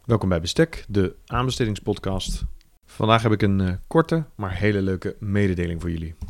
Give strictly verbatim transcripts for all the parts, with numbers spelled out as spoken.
Welkom bij Bestek, de aanbestedingspodcast. Vandaag heb ik een uh, korte, maar hele leuke mededeling voor jullie.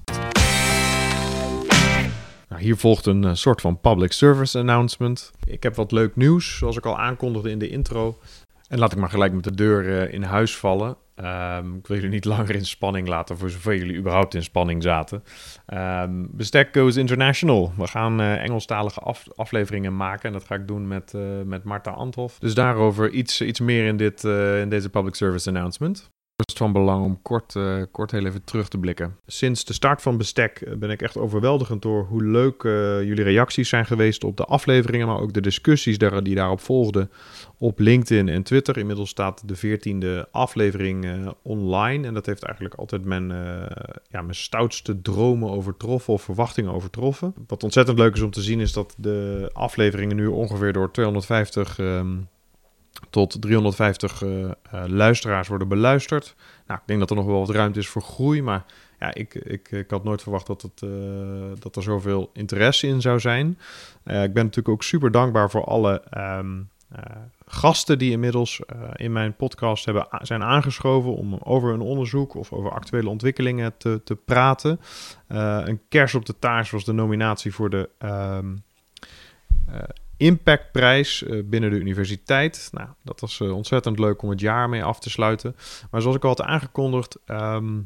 Nou, hier volgt een uh, soort van public service announcement. Ik heb wat leuk nieuws, zoals ik al aankondigde in de intro. En laat ik maar gelijk met de deur uh, in huis vallen. Um, ik wil jullie niet langer in spanning laten, voor zover jullie überhaupt in spanning zaten. Um, Bestek goes international. We gaan uh, Engelstalige af- afleveringen maken en dat ga ik doen met, uh, met Marta Anthoff. Dus daarover iets, iets meer in, dit, uh, in deze public service announcement. Het is van belang om kort, uh, kort heel even terug te blikken. Sinds de start van Bestek ben ik echt overweldigend door hoe leuk uh, jullie reacties zijn geweest op de afleveringen, maar ook de discussies daar, die daarop volgden op LinkedIn en Twitter. Inmiddels staat de veertiende aflevering uh, online en dat heeft eigenlijk altijd mijn, uh, ja, mijn stoutste dromen overtroffen of verwachtingen overtroffen. Wat ontzettend leuk is om te zien is dat de afleveringen nu ongeveer door tweehonderdvijftig... Um, tot driehonderdvijftig uh, uh, luisteraars worden beluisterd. Nou, ik denk dat er nog wel wat ruimte is voor groei, maar ja, ik, ik, ik had nooit verwacht dat, het, uh, dat er zoveel interesse in zou zijn. Uh, ik ben natuurlijk ook super dankbaar voor alle um, uh, gasten die inmiddels uh, in mijn podcast hebben, zijn aangeschoven om over een onderzoek of over actuele ontwikkelingen te, te praten. Uh, een kers op de taart was de nominatie voor de Um, uh, Impactprijs uh, binnen de universiteit. Nou, dat was uh, ontzettend leuk om het jaar mee af te sluiten. Maar zoals ik al had aangekondigd, um,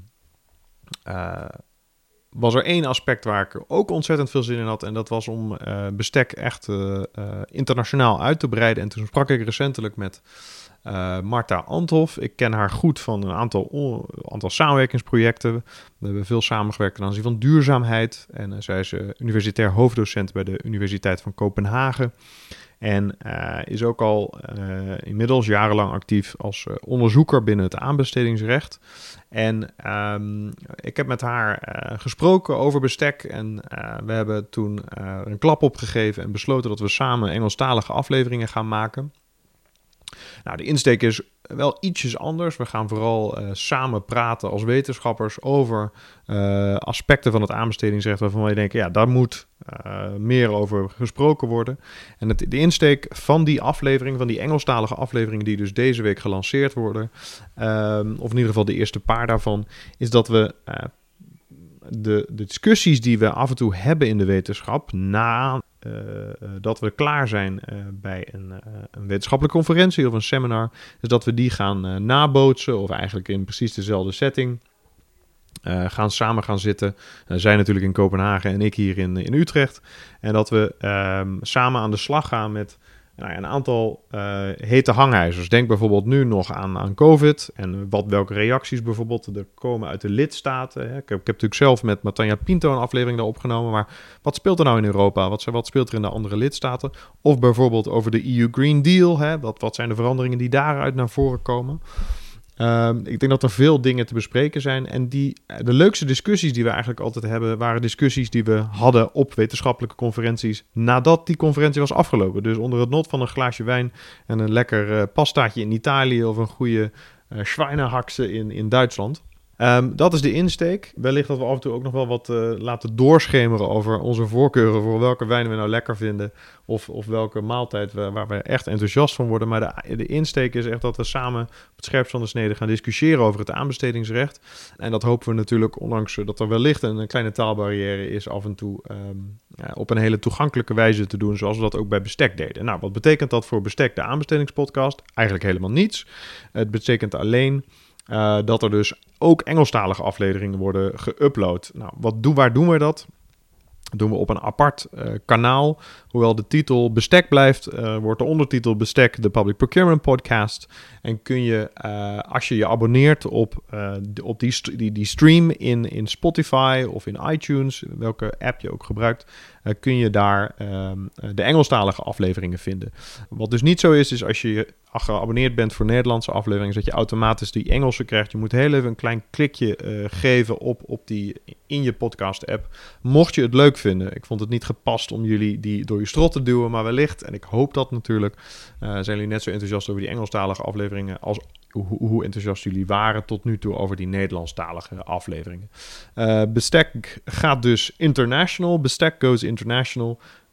uh, was er één aspect waar ik ook ontzettend veel zin in had. En dat was om uh, Bestek echt uh, uh, internationaal uit te breiden. En toen sprak ik recentelijk met uh, Marta Anthoff. Ik ken haar goed van een aantal, on- aantal samenwerkingsprojecten. We hebben veel samengewerkt ten aanzien van duurzaamheid. En uh, zij is uh, universitair hoofddocent bij de Universiteit van Kopenhagen. En uh, is ook al uh, inmiddels jarenlang actief als uh, onderzoeker binnen het aanbestedingsrecht. En um, ik heb met haar uh, gesproken over Bestek. En uh, we hebben toen uh, een klap opgegeven en besloten dat we samen Engelstalige afleveringen gaan maken. Nou, de insteek is wel ietsjes anders. We gaan vooral uh, samen praten als wetenschappers over uh, aspecten van het aanbestedingsrecht waarvan wij denken, ja, daar moet uh, meer over gesproken worden. En het, de insteek van die aflevering, van die Engelstalige afleveringen die dus deze week gelanceerd worden, uh, of in ieder geval de eerste paar daarvan, is dat we uh, de, de discussies die we af en toe hebben in de wetenschap na Uh, uh, dat we klaar zijn uh, bij een, uh, een wetenschappelijke conferentie of een seminar, is dat we die gaan uh, nabootsen of eigenlijk in precies dezelfde setting uh, gaan samen gaan zitten. Uh, zij natuurlijk in Kopenhagen en ik hier in, in Utrecht. En dat we uh, samen aan de slag gaan met nou ja, een aantal uh, hete hangijzers. Denk bijvoorbeeld nu nog aan, aan COVID en wat, welke reacties bijvoorbeeld er komen uit de lidstaten. Hè. Ik, heb, ik heb natuurlijk zelf met Matanja Pinto een aflevering daar opgenomen, maar wat speelt er nou in Europa? Wat, wat speelt er in de andere lidstaten? Of bijvoorbeeld over de E U Green Deal. Hè. Wat, wat zijn de veranderingen die daaruit naar voren komen? Um, ik denk dat er veel dingen te bespreken zijn. En die, de leukste discussies die we eigenlijk altijd hebben, waren discussies die we hadden op wetenschappelijke conferenties nadat die conferentie was afgelopen. Dus onder het genot van een glaasje wijn en een lekker uh, pastaatje in Italië of een goede uh, Schweinehaxe in, in Duitsland. Um, dat is de insteek. Wellicht dat we af en toe ook nog wel wat uh, laten doorschemeren over onze voorkeuren voor welke wijn we nou lekker vinden of, of welke maaltijd we, waar we echt enthousiast van worden. Maar de, de insteek is echt dat we samen op het scherpst van de snede gaan discussiëren over het aanbestedingsrecht. En dat hopen we natuurlijk, ondanks dat er wellicht een, een kleine taalbarrière is, af en toe um, ja, op een hele toegankelijke wijze te doen, zoals we dat ook bij Bestek deden. Nou, wat betekent dat voor Bestek, de aanbestedingspodcast? Eigenlijk helemaal niets. Het betekent alleen Uh, dat er dus ook Engelstalige afleveringen worden geüpload. Nou, wat doen, waar doen we dat? Dat doen we op een apart uh, kanaal. Hoewel de titel Bestek blijft, uh, wordt de ondertitel Bestek, de Public Procurement Podcast. En kun je, uh, als je je abonneert op, uh, de, op die, st- die, die stream in, in Spotify of in iTunes, welke app je ook gebruikt, uh, kun je daar uh, de Engelstalige afleveringen vinden. Wat dus niet zo is, is als je geabonneerd bent voor Nederlandse afleveringen, dat je automatisch die Engelse krijgt. Je moet heel even een klein klikje uh, geven op, op die in je podcast-app. Mocht je het leuk vinden. Ik vond het niet gepast om jullie die door je strot te duwen, maar wellicht, en ik hoop dat natuurlijk, uh, zijn jullie net zo enthousiast over die Engelstalige afleveringen als hoe, hoe enthousiast jullie waren tot nu toe over die Nederlandstalige afleveringen. Uh, Bestek gaat dus international. Bestek goes international.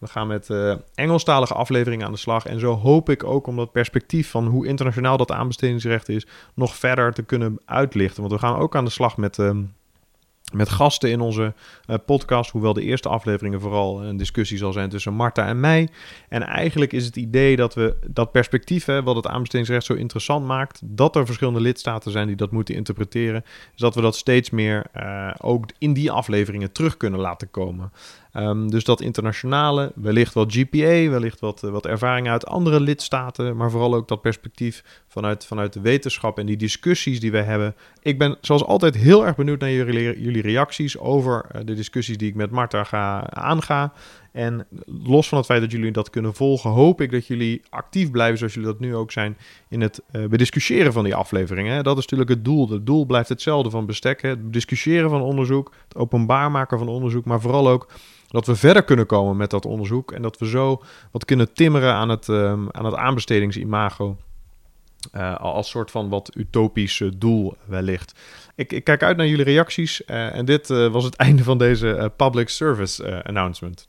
We gaan met uh, Engelstalige afleveringen aan de slag. En zo hoop ik ook om dat perspectief van hoe internationaal dat aanbestedingsrecht is nog verder te kunnen uitlichten. Want we gaan ook aan de slag met... Uh, Met gasten in onze uh, podcast, hoewel de eerste afleveringen vooral een discussie zal zijn tussen Marta en mij. En eigenlijk is het idee dat we dat perspectief, hè, wat het aanbestedingsrecht zo interessant maakt, dat er verschillende lidstaten zijn die dat moeten interpreteren, is dat we dat steeds meer uh, ook in die afleveringen terug kunnen laten komen. Um, dus dat internationale, wellicht wat G P A, wellicht wat, uh, wat ervaringen uit andere lidstaten, maar vooral ook dat perspectief vanuit, vanuit de wetenschap en die discussies die we hebben. Ik ben zoals altijd heel erg benieuwd naar jullie, jullie reacties over uh, de discussies die ik met Marta ga aanga. En los van het feit dat jullie dat kunnen volgen, hoop ik dat jullie actief blijven zoals jullie dat nu ook zijn in het uh, bediscussiëren van die afleveringen. Dat is natuurlijk het doel. Het doel blijft hetzelfde van Bestek. Hè? Het bediscussiëren van onderzoek, het openbaar maken van onderzoek, maar vooral ook dat we verder kunnen komen met dat onderzoek en dat we zo wat kunnen timmeren aan het, um, aan het aanbestedingsimago. Uh, als soort van wat utopisch uh, doel wellicht. Ik, ik kijk uit naar jullie reacties uh, en dit uh, was het einde van deze uh, public service uh, announcement.